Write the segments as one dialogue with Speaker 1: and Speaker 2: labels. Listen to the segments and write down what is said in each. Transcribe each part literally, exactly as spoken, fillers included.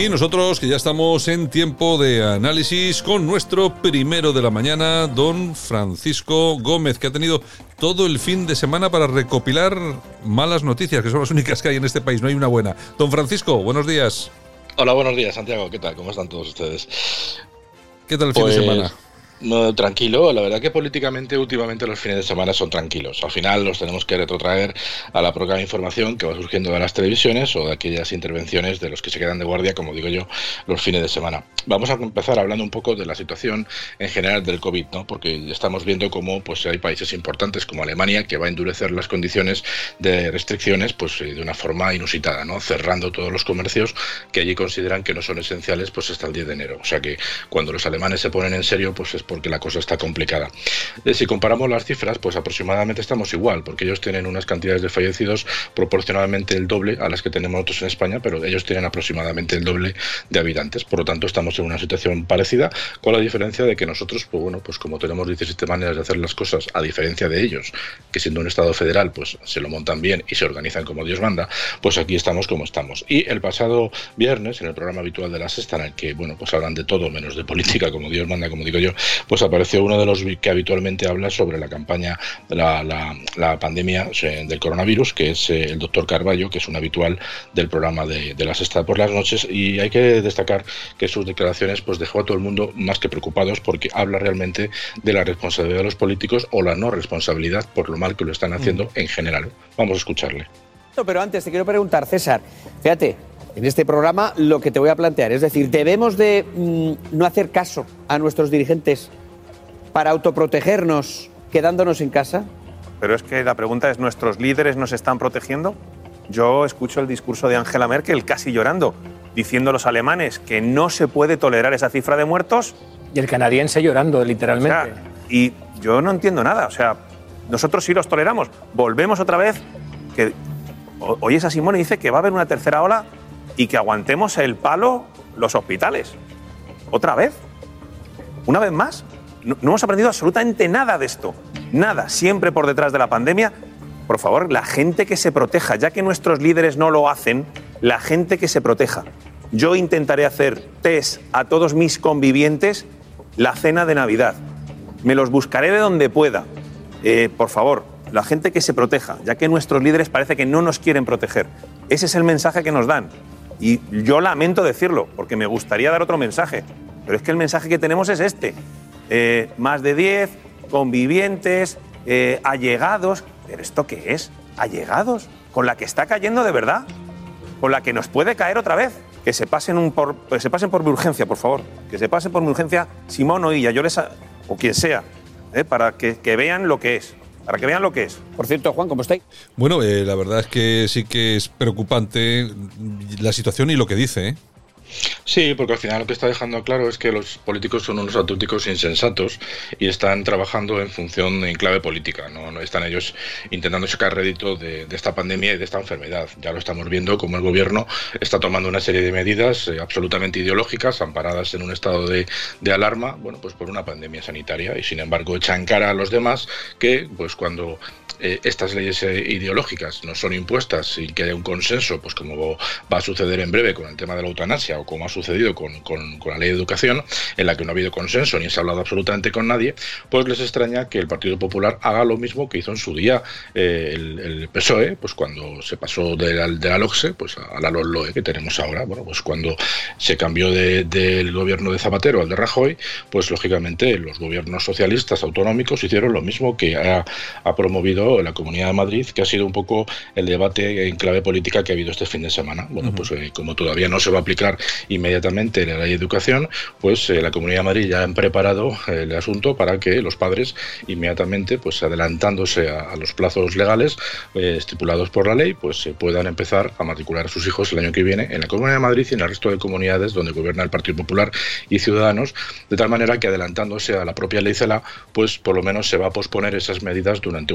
Speaker 1: Y nosotros que ya estamos en tiempo de análisis con nuestro primero de la mañana, don Francisco Gómez, que ha tenido todo el fin de semana para recopilar malas noticias, que son las únicas que hay en este país, no hay una buena. Don Francisco, buenos días.
Speaker 2: Hola, buenos días, Santiago. ¿Qué tal? ¿Cómo están todos ustedes?
Speaker 1: ¿Qué tal el
Speaker 2: pues...
Speaker 1: fin de semana?
Speaker 2: No, tranquilo, la verdad que políticamente últimamente los fines de semana son tranquilos. Al final los tenemos que retrotraer a la propia información que va surgiendo de las televisiones o de aquellas intervenciones de los que se quedan de guardia, como digo yo, los fines de semana. Vamos a empezar hablando un poco de la situación en general del COVID, ¿no? Porque estamos viendo cómo pues, hay países importantes como Alemania que va a endurecer las condiciones de restricciones pues, de una forma inusitada, ¿no? Cerrando todos los comercios que allí consideran que no son esenciales pues, hasta el diez de enero. O sea que cuando los alemanes se ponen en serio, pues es porque la cosa está complicada. Si comparamos las cifras, pues aproximadamente estamos igual, porque ellos tienen unas cantidades de fallecidos proporcionalmente el doble a las que tenemos nosotros en España, pero ellos tienen aproximadamente el doble de habitantes. Por lo tanto, estamos en una situación parecida, con la diferencia de que nosotros, pues bueno, pues como tenemos diecisiete maneras de hacer las cosas, a diferencia de ellos, que siendo un Estado federal, pues se lo montan bien y se organizan como Dios manda, pues aquí estamos como estamos. Y el pasado viernes, en el programa habitual de La Sexta, en el que, bueno, pues hablan de todo menos de política, como Dios manda, como digo yo, pues apareció uno de los que habitualmente habla sobre la campaña, la, la, la pandemia del coronavirus, que es el doctor Carballo, que es un habitual del programa de, de La Sexta por las noches, y hay que destacar que sus declaraciones pues dejó a todo el mundo más que preocupados, porque habla realmente de la responsabilidad de los políticos o la no responsabilidad por lo mal que lo están haciendo mm. en general. Vamos a escucharle.
Speaker 3: No, pero antes te quiero preguntar, César, fíjate, en este programa lo que te voy a plantear, es decir, ¿debemos de mmm, no hacer caso a nuestros dirigentes para autoprotegernos quedándonos en casa?
Speaker 4: Pero es que la pregunta es, ¿nuestros líderes nos están protegiendo? Yo escucho el discurso de Angela Merkel casi llorando, diciendo a los alemanes que no se puede tolerar esa cifra de muertos.
Speaker 5: Y el canadiense llorando, literalmente.
Speaker 4: O sea, y yo no entiendo nada. O sea, nosotros sí los toleramos. Volvemos otra vez, que oyes a Simone y dice que va a haber una tercera ola y que aguantemos el palo los hospitales. ¿Otra vez? ¿Una vez más? No, no hemos aprendido absolutamente nada de esto. Nada. Siempre por detrás de la pandemia. Por favor, la gente que se proteja. Ya que nuestros líderes no lo hacen, la gente que se proteja. Yo intentaré hacer test a todos mis convivientes la cena de Navidad. Me los buscaré de donde pueda. Eh, por favor, la gente que se proteja. Ya que nuestros líderes parece que no nos quieren proteger. Ese es el mensaje que nos dan. Y yo lamento decirlo, porque me gustaría dar otro mensaje. Pero es que el mensaje que tenemos es este. Eh, más de diez, convivientes, eh, allegados. ¿Pero esto qué es? ¿Allegados? ¿Con la que está cayendo de verdad? ¿Con la que nos puede caer otra vez? Que se pasen, un por, que se pasen por mi urgencia, por favor. Que se pasen por mi urgencia Simón o Illa, yo les a, o quien sea, eh, para que, que vean lo que es. Para que vean lo que es.
Speaker 3: Por cierto, Juan, ¿cómo estáis?
Speaker 1: Bueno, eh, la verdad es que sí que es preocupante la situación y lo que dice, ¿eh?
Speaker 2: Sí, porque al final lo que está dejando claro es que los políticos son unos auténticos insensatos y están trabajando en función, en clave política, no, no están ellos intentando sacar rédito de, de esta pandemia y de esta enfermedad. Ya lo estamos viendo como el gobierno está tomando una serie de medidas eh, absolutamente ideológicas, amparadas en un estado de, de alarma, bueno, pues por una pandemia sanitaria, y sin embargo echan cara a los demás que, pues cuando eh, estas leyes eh, ideológicas no son impuestas sin que haya un consenso, pues como va a suceder en breve con el tema de la eutanasia o como ha sucedido con, con, con la ley de educación, en la que no ha habido consenso ni se ha hablado absolutamente con nadie, pues les extraña que el Partido Popular haga lo mismo que hizo en su día eh, el, el P S O E, pues cuando se pasó de la, de la LOCSE pues a la LOE que tenemos ahora. Bueno, pues cuando se cambió de, del gobierno de Zapatero al de Rajoy, pues lógicamente los gobiernos socialistas autonómicos hicieron lo mismo que ha, ha promovido la Comunidad de Madrid, que ha sido un poco el debate en clave política que ha habido este fin de semana. Bueno, uh-huh. pues eh, como todavía no se va a aplicar inmediatamente la ley de educación, pues eh, la Comunidad de Madrid ya han preparado eh, el asunto para que los padres inmediatamente, pues adelantándose a, a los plazos legales eh, estipulados por la ley, pues eh, puedan empezar a matricular a sus hijos el año que viene en la Comunidad de Madrid y en el resto de comunidades donde gobierna el Partido Popular y Ciudadanos, de tal manera que adelantándose a la propia ley CELA, pues por lo menos se va a posponer esas medidas durante un año. Me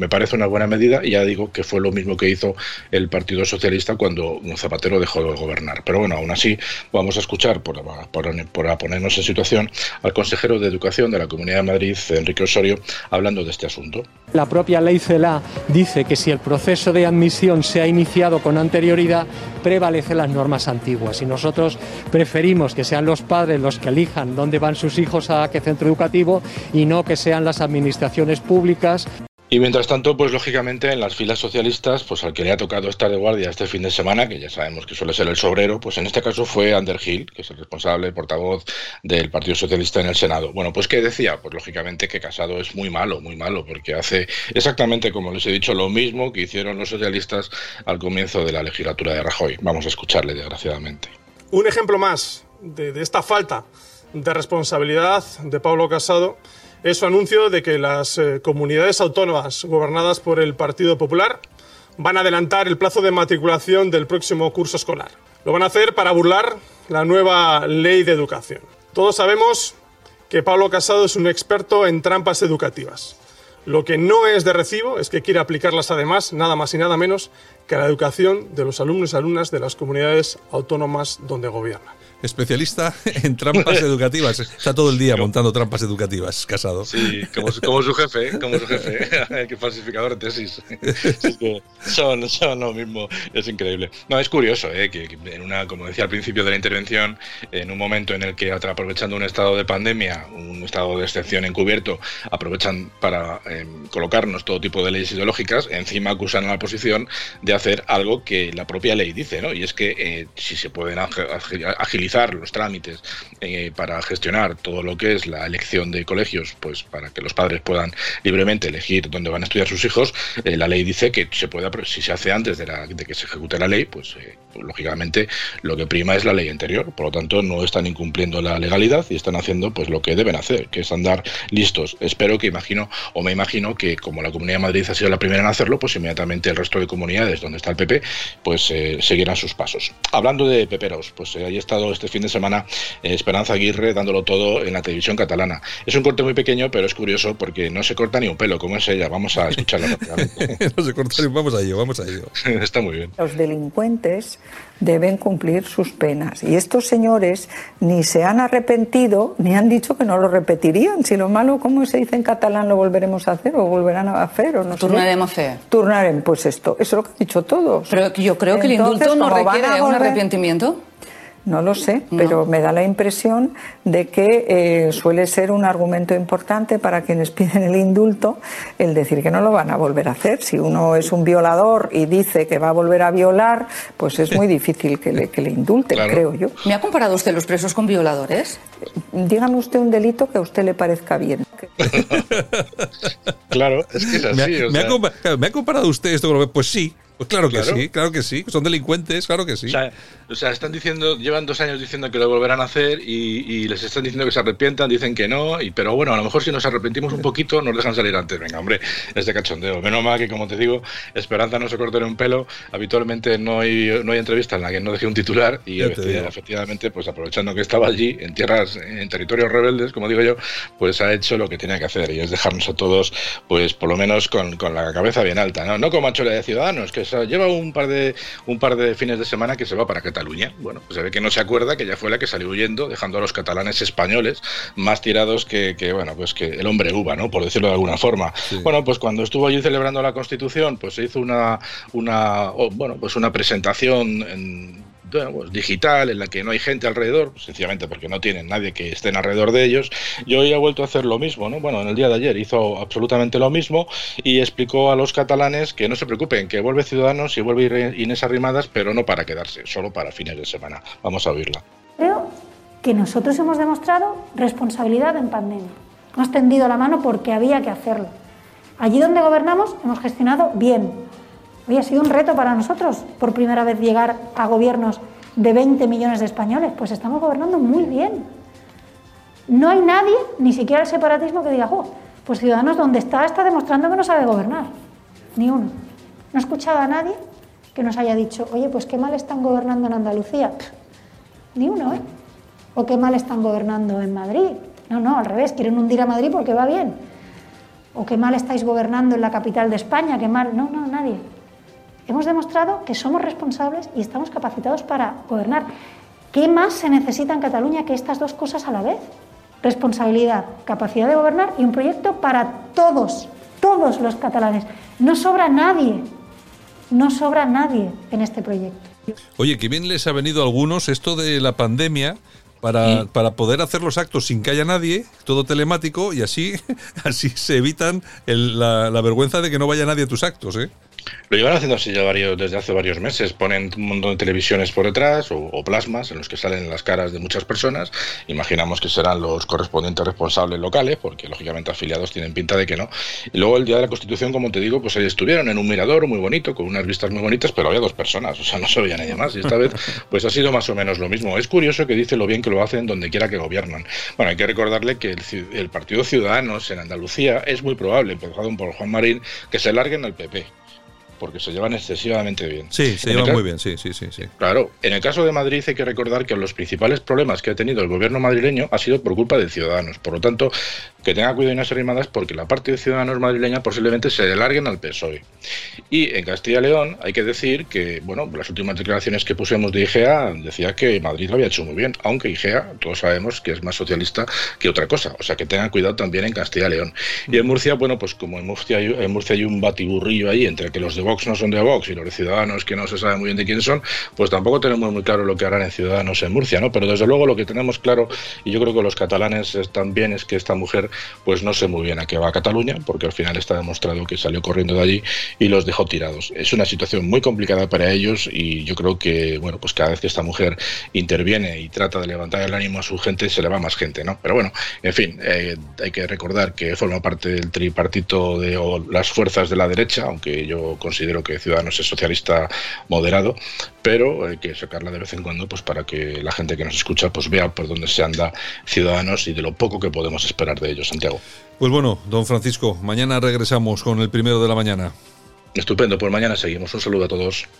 Speaker 2: me parece una buena medida y ya digo que fue lo mismo que hizo el Partido Socialista cuando Zapatero dejó de gobernar. Pero bueno, aún así vamos a escuchar, por, por, por ponernos en situación, al consejero de Educación de la Comunidad de Madrid, Enrique Osorio, hablando de este asunto.
Speaker 6: La propia ley CELA dice que si el proceso de admisión se ha iniciado con anterioridad, prevalecen las normas antiguas y nosotros preferimos que sean los padres los que elijan dónde van sus hijos a qué centro educativo y no que sean las administraciones públicas.
Speaker 2: Y mientras tanto, pues lógicamente en las filas socialistas, pues al que le ha tocado estar de guardia este fin de semana, que ya sabemos que suele ser el sobrero, pues en este caso fue Ander Gil, que es el responsable, portavoz del Partido Socialista en el Senado. Bueno, pues ¿qué decía? Pues lógicamente que Casado es muy malo, muy malo, porque hace exactamente, como les he dicho, lo mismo que hicieron los socialistas al comienzo de la legislatura de Rajoy. Vamos a escucharle, desgraciadamente.
Speaker 7: Un ejemplo más de, de esta falta de responsabilidad de Pablo Casado es su anuncio de que las eh, comunidades autónomas gobernadas por el Partido Popular van a adelantar el plazo de matriculación del próximo curso escolar. Lo van a hacer para burlar la nueva ley de educación. Todos sabemos que Pablo Casado es un experto en trampas educativas. Lo que no es de recibo es que quiera aplicarlas además, nada más y nada menos, que a la educación de los alumnos y alumnas de las comunidades autónomas donde gobierna.
Speaker 1: Especialista en trampas educativas. Está todo el día montando trampas educativas, Casado.
Speaker 2: Sí, como, como su jefe, como su jefe, que falsificador de tesis. Sí, que son, son lo mismo, es increíble. No, es curioso, ¿eh? que, que en una, como decía al principio de la intervención, en un momento en el que, aprovechando un estado de pandemia, un estado de excepción encubierto, aprovechan para eh, colocarnos todo tipo de leyes ideológicas, encima acusan a la oposición de hacer algo que la propia ley dice, ¿no? Y es que eh, si se pueden agilizar los trámites eh, para gestionar todo lo que es la elección de colegios, pues para que los padres puedan libremente elegir dónde van a estudiar sus hijos, eh, la ley dice que se puede, si se hace antes de, la, de que se ejecute la ley, pues, eh, pues lógicamente lo que prima es la ley anterior. Por lo tanto, no están incumpliendo la legalidad y están haciendo pues lo que deben hacer, que es andar listos. Espero que imagino, o me imagino que como la Comunidad de Madrid ha sido la primera en hacerlo, pues inmediatamente el resto de comunidades donde está el P P, pues eh, seguirán sus pasos. Hablando de peperos, pues eh, ahí he estado este fin de semana eh, Esperanza Aguirre dándolo todo en la televisión catalana. Es un corte muy pequeño, pero es curioso porque no se corta ni un pelo, como es ella. Vamos a escucharla rápidamente.
Speaker 1: No se corta ni un... Vamos a ello, vamos a ello.
Speaker 2: Está muy bien.
Speaker 8: Los delincuentes deben cumplir sus penas. Y estos señores ni se han arrepentido ni han dicho que no lo repetirían. Si lo malo, como se dice en catalán, lo volveremos a hacer o volverán a hacer o no sé.
Speaker 9: Tornaremos a fer.
Speaker 8: Tornarem, pues esto. Eso es lo que han dicho todos.
Speaker 9: Pero yo creo que
Speaker 8: Entonces,
Speaker 9: el indulto no requiere
Speaker 8: volver...
Speaker 9: un arrepentimiento.
Speaker 8: No lo sé,
Speaker 9: no.
Speaker 8: pero me da la impresión de que eh, suele ser un argumento importante para quienes piden el indulto el decir que no lo van a volver a hacer. Si uno es un violador y dice que va a volver a violar, pues es muy difícil que le, que le indulten, claro. Creo yo.
Speaker 9: ¿Me ha comparado usted los presos con violadores?
Speaker 8: Dígame usted un delito que a usted le parezca bien.
Speaker 2: Claro, es que es así.
Speaker 1: Me ha,
Speaker 2: o
Speaker 1: me
Speaker 2: sea...
Speaker 1: ha, compa- ¿Me ha comparado usted esto con lo que... Pues sí. Pues claro que
Speaker 2: Claro.
Speaker 1: sí, claro que sí. Son delincuentes, claro que sí.
Speaker 2: O sea, o sea, están diciendo, llevan dos años diciendo que lo volverán a hacer y, y les están diciendo que se arrepientan, dicen que no, y pero bueno, a lo mejor si nos arrepentimos un poquito nos dejan salir antes. Venga, hombre, es de cachondeo. Menos mal que, como te digo, Esperanza no se corta en un pelo. Habitualmente no hay, no hay entrevista en la que no deje un titular y efectivamente, efectivamente, pues aprovechando que estaba allí, en tierras, en territorios rebeldes, como digo yo, pues ha hecho lo que tenía que hacer y es dejarnos a todos, pues por lo menos con, con la cabeza bien alta, ¿no? No como Anchola de Ciudadanos, que se lleva un par de un par de fines de semana que se va para Cataluña. Bueno, pues se ve que no se acuerda que ya fue la que salió huyendo, dejando a los catalanes españoles más tirados que, que bueno, pues que el hombre uva, ¿no? Por decirlo de alguna forma. Sí. Bueno, pues cuando estuvo allí celebrando la Constitución, pues se hizo una, una oh, bueno, pues una presentación en Bueno, pues digital, en la que no hay gente alrededor, sencillamente porque no tienen nadie que estén alrededor de ellos, y hoy ha vuelto a hacer lo mismo, ¿no? Bueno, en el día de ayer hizo absolutamente lo mismo y explicó a los catalanes que no se preocupen, que vuelve Ciudadanos y vuelve Inés Arrimadas, pero no para quedarse, solo para fines de semana. Vamos a oírla.
Speaker 10: Creo que nosotros hemos demostrado responsabilidad en pandemia. Hemos tendido la mano porque había que hacerlo. Allí donde gobernamos hemos gestionado bien. Hoy ha sido un reto para nosotros, por primera vez llegar a gobiernos de veinte millones de españoles. Pues estamos gobernando muy bien. No hay nadie, ni siquiera el separatismo, que diga, oh, pues Ciudadanos donde está, está demostrando que no sabe gobernar. Ni uno. No he escuchado a nadie que nos haya dicho, oye, pues qué mal están gobernando en Andalucía. Pff, ni uno, ¿eh? O qué mal están gobernando en Madrid. No, no, al revés, quieren hundir a Madrid porque va bien. o qué mal estáis gobernando en la capital de España, qué mal. No, no, nadie. Hemos demostrado que somos responsables y estamos capacitados para gobernar. ¿Qué más se necesita en Cataluña que estas dos cosas a la vez? Responsabilidad, capacidad de gobernar y un proyecto para todos, todos los catalanes. No sobra nadie, no sobra nadie en este proyecto.
Speaker 1: Oye, que bien les ha venido a algunos esto de la pandemia para, ¿Sí? para poder hacer los actos sin que haya nadie, todo telemático, y así, así se evitan el, la, la vergüenza de que no vaya nadie a tus actos, ¿eh?
Speaker 2: Lo llevan haciendo así ya varios, desde hace varios meses. Ponen un montón de televisiones por detrás o, o plasmas en los que salen las caras de muchas personas. Imaginamos que serán los correspondientes responsables locales, porque lógicamente afiliados tienen pinta de que no. Y luego el día de la Constitución, como te digo, pues ahí estuvieron en un mirador muy bonito, con unas vistas muy bonitas, pero había dos personas, o sea, no se veía nadie más. Y esta vez pues ha sido más o menos lo mismo. Es curioso que dice lo bien que lo hacen donde quiera que gobiernan. Bueno, hay que recordarle que el, el Partido Ciudadanos en Andalucía es muy probable, empezado por Juan Marín, que se larguen al P P. Porque se llevan excesivamente bien.
Speaker 1: Sí, se llevan muy bien, sí, sí, sí, sí.
Speaker 2: Claro, en el caso de Madrid hay que recordar que los principales problemas que ha tenido el gobierno madrileño ha sido por culpa de Ciudadanos. Por lo tanto, que tenga cuidado y no se rimadas, porque la parte de Ciudadanos madrileña posiblemente se larguen al P S O E. Y en Castilla y León hay que decir que, bueno, las últimas declaraciones que pusimos de I G E A decía que Madrid lo había hecho muy bien, aunque I G E A, todos sabemos que es más socialista que otra cosa. O sea, que tengan cuidado también en Castilla y León. Y en Murcia, bueno, pues como en Murcia hay, en Murcia hay un batiburrillo ahí entre que los de Vox no son de Vox y los de Ciudadanos que no se sabe muy bien de quién son, pues tampoco tenemos muy claro lo que harán en Ciudadanos en Murcia, ¿no? Pero desde luego lo que tenemos claro, y yo creo que los catalanes también, es que esta mujer pues no sé muy bien a qué va a Cataluña, porque al final está demostrado que salió corriendo de allí y los dejó tirados. Es una situación muy complicada para ellos y yo creo que, bueno, pues cada vez que esta mujer interviene y trata de levantar el ánimo a su gente, se le va más gente, ¿no? Pero bueno, en fin, eh, hay que recordar que forma parte del tripartito de o las fuerzas de la derecha, aunque yo considero que Ciudadanos es socialista moderado, pero hay que sacarla de vez en cuando pues para que la gente que nos escucha pues vea por dónde se anda Ciudadanos y de lo poco que podemos esperar de ellos, Santiago.
Speaker 1: Pues bueno, don Francisco, mañana regresamos con el primero de la mañana.
Speaker 2: Estupendo, pues mañana seguimos. Un saludo a todos.